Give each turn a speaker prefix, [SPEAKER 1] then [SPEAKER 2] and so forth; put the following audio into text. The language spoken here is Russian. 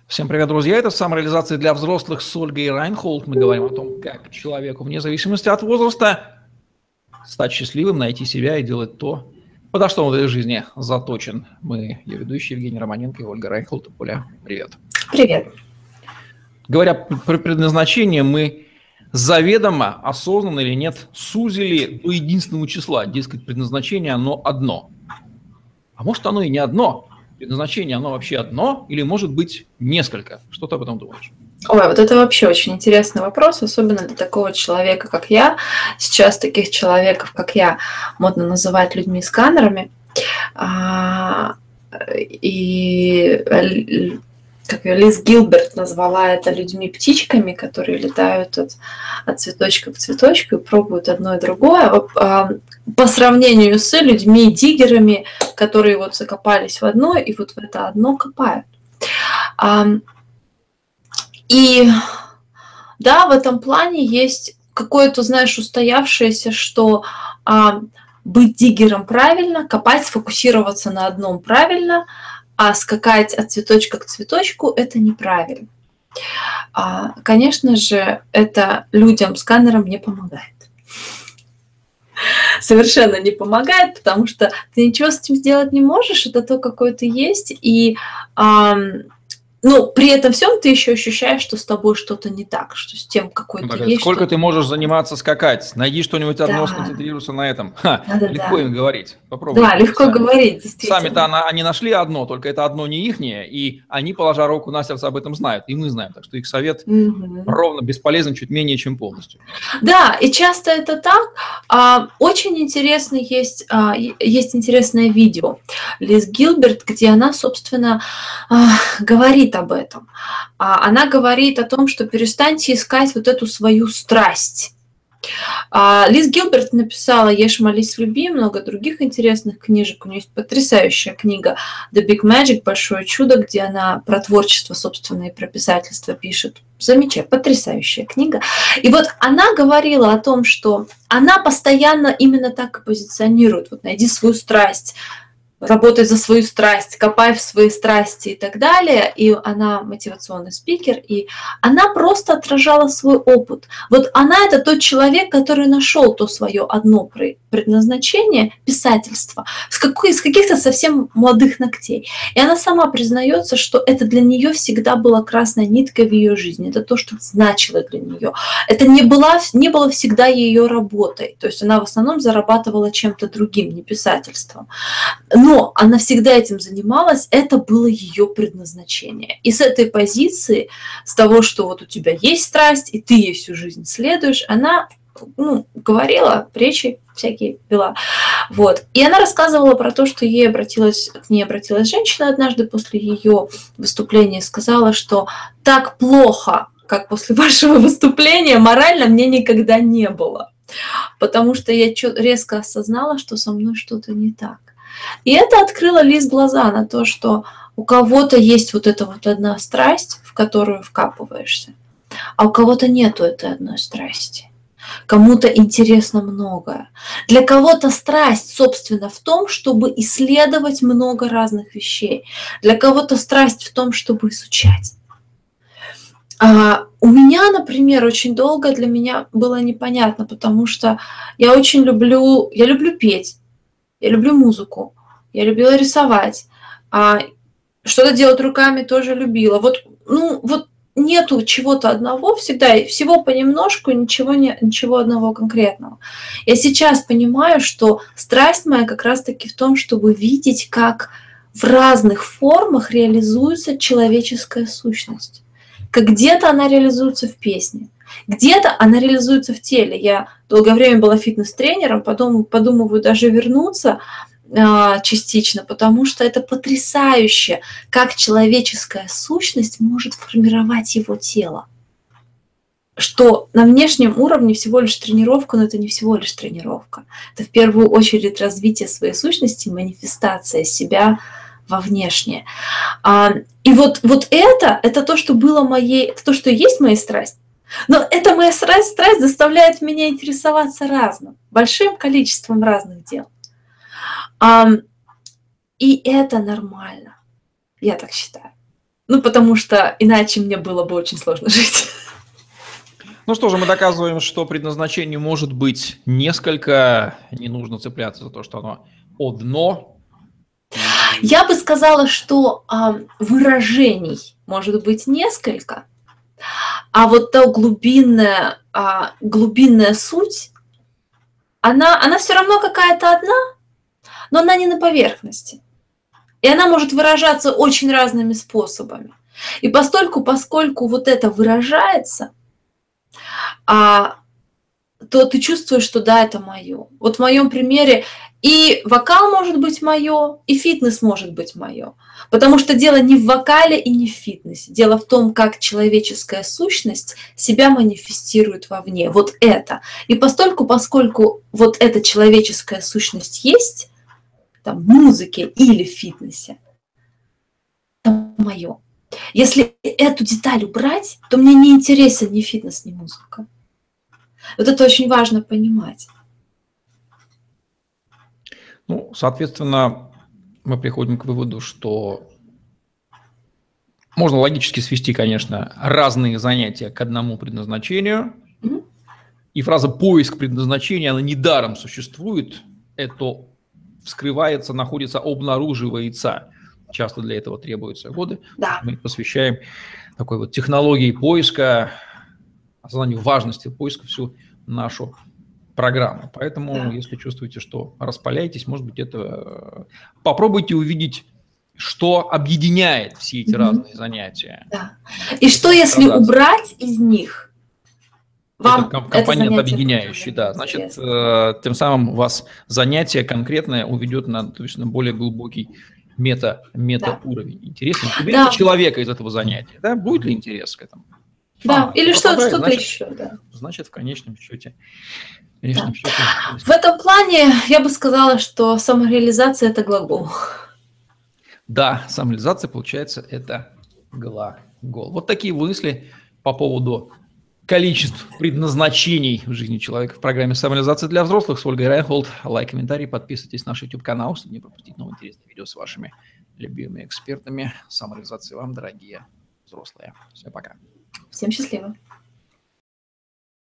[SPEAKER 1] Всем привет, друзья! Это самореализация для взрослых с Ольгой Райнхолд. Мы говорим о том, как человеку, вне зависимости от возраста, стать счастливым, найти себя и делать то, подо что он в этой жизни заточен. Мы ее ведущие Евгений Романенко и Ольга Райнхолд. Оля, привет.
[SPEAKER 2] Привет.
[SPEAKER 1] Говоря про предназначение, мы заведомо, осознанно или нет, сузили до единственного числа. Дескать, предназначение, оно одно. А может, оно и не одно. Предназначение, оно вообще одно или может быть несколько? Что ты об этом думаешь?
[SPEAKER 2] Ой, вот это вообще очень интересный вопрос, особенно для такого человека, как я. Сейчас таких человеков, как я, модно называть людьми-сканерами. И как ее Лиз Гилберт назвала это людьми-птичками, которые летают от цветочка к цветочку и пробуют одно и другое, по сравнению с людьми-диггерами, которые вот закопались в одно и вот в это одно копают. И да, в этом плане есть какое-то, знаешь, устоявшееся, что быть диггером правильно, копать, сфокусироваться на одном правильно, а скакать от цветочка к цветочку – это неправильно. Конечно же, это людям-сканерам не помогает. Совершенно не помогает, потому что ты ничего с этим сделать не можешь, это то, какой ты есть, и при этом всем ты еще ощущаешь, что с тобой что-то не так, что с тем, какой ты есть.
[SPEAKER 1] Сколько ты можешь заниматься скакать? Найди что-нибудь одно, сконцентрируйся на этом. Легко им говорить. Попробуй.
[SPEAKER 2] Да, легко говорить, действительно.
[SPEAKER 1] Сами-то они нашли одно, только это одно не ихнее, и они, положа руку на сердце, об этом знают, и мы знаем. Так что их совет ровно бесполезен чуть менее, чем полностью.
[SPEAKER 2] Да, и часто это так. Очень интересно есть интересное видео Лиз Гилберт, где она, собственно, говорит об этом. Она говорит о том, что перестаньте искать вот эту свою страсть. Лиз Гилберт написала «Ешь, молись, люби», много других интересных книжек. У нее есть потрясающая книга «The Big Magic», «Большое чудо», где она про творчество, собственно, и про писательство пишет. Замечательная, потрясающая книга. И вот она говорила о том, что она постоянно именно так и позиционирует. Вот найди свою страсть, работай за свою страсть, копай в свои страсти и так далее. И она мотивационный спикер, и она просто отражала свой опыт. Вот она это тот человек, который нашел то свое одно предназначение писательства с каких-то совсем молодых ногтей. И она сама признается, что это для нее всегда была красной ниткой в ее жизни. Это то, что значило для нее. Это не было всегда ее работой. То есть она в основном зарабатывала чем-то другим, не писательством. Но она всегда этим занималась, это было ее предназначение. И с этой позиции, с того, что вот у тебя есть страсть, и ты ей всю жизнь следуешь, она говорила, речи всякие вела. Вот. И она рассказывала про то, что к ней обратилась женщина однажды после ее выступления и сказала, что так плохо, как после вашего выступления, морально мне никогда не было. Потому что я резко осознала, что со мной что-то не так. И это открыло Лиз глаза на то, что у кого-то есть вот эта вот одна страсть, в которую вкапываешься, а у кого-то нету этой одной страсти. Кому-то интересно многое. Для кого-то страсть, собственно, в том, чтобы исследовать много разных вещей. Для кого-то страсть в том, чтобы изучать. У меня, например, очень долго для меня было непонятно, потому что я люблю петь. Я люблю музыку, я любила рисовать, что-то делать руками тоже любила. Вот нету чего-то одного всегда, всего понемножку, ничего одного конкретного. Я сейчас понимаю, что страсть моя как раз-таки в том, чтобы видеть, как в разных формах реализуется человеческая сущность. Как где-то она реализуется в песне, где-то она реализуется в теле. Я долгое время была фитнес-тренером, подумываю даже вернуться частично, потому что это потрясающе, как человеческая сущность может формировать его тело. Что на внешнем уровне всего лишь тренировка, но это не всего лишь тренировка. Это в первую очередь развитие своей сущности, манифестация себя во внешнее. И вот это то, что было это то, что есть моя страсть. Но эта моя страсть заставляет меня интересоваться разным, большим количеством разных дел. И это нормально, я так считаю. Ну, потому что иначе мне было бы очень сложно жить.
[SPEAKER 1] Ну что же, мы доказываем, что предназначение может быть несколько, не нужно цепляться за то, что оно одно.
[SPEAKER 2] Я бы сказала, что выражений может быть несколько, а вот та глубинная суть, она все равно какая-то одна, но она не на поверхности. И она может выражаться очень разными способами. И поскольку вот это выражается, то ты чувствуешь, что да, это мое. Вот в моем примере и вокал может быть мое, и фитнес может быть мое. Потому что дело не в вокале и не в фитнесе. Дело в том, как человеческая сущность себя манифестирует вовне. Вот это. И поскольку вот эта человеческая сущность есть, там, в музыке или в фитнесе, это мое. Если эту деталь убрать, то мне не интересен ни фитнес, ни музыка. Вот это очень важно понимать.
[SPEAKER 1] Ну, соответственно, мы приходим к выводу, что можно логически свести, конечно, разные занятия к одному предназначению. И фраза «поиск предназначения», она недаром существует. Это вскрывается, находится, обнаруживается. Часто для этого требуются годы.
[SPEAKER 2] Да.
[SPEAKER 1] Мы посвящаем такой вот технологии поиска, осознанию важности поиска всю нашу программу. Поэтому, если чувствуете, что распаляетесь, может быть, это попробуйте увидеть, что объединяет все эти разные занятия.
[SPEAKER 2] Да. И что, если убрать из них?
[SPEAKER 1] Вам этот компонент объединяющий, да. Значит, тем самым вас занятие конкретное уведет на, то есть, на более глубокий мета-уровень. Интересно. Уберите человека из этого занятия. Да? Будет ли интерес к этому?
[SPEAKER 2] Да, или что-то еще. Да.
[SPEAKER 1] Значит, в конечном счете.
[SPEAKER 2] В этом плане я бы сказала, что самореализация – это глагол.
[SPEAKER 1] Да, самореализация, получается, это глагол. Вот такие мысли по поводу количеств предназначений в жизни человека в программе «Самореализация для взрослых» с Ольгой Райнхолд. Лайк, комментарий, подписывайтесь на наш YouTube-канал, чтобы не пропустить новые интересные видео с вашими любимыми экспертами. Самореализации вам, дорогие взрослые. Всем пока.
[SPEAKER 2] Всем счастливо.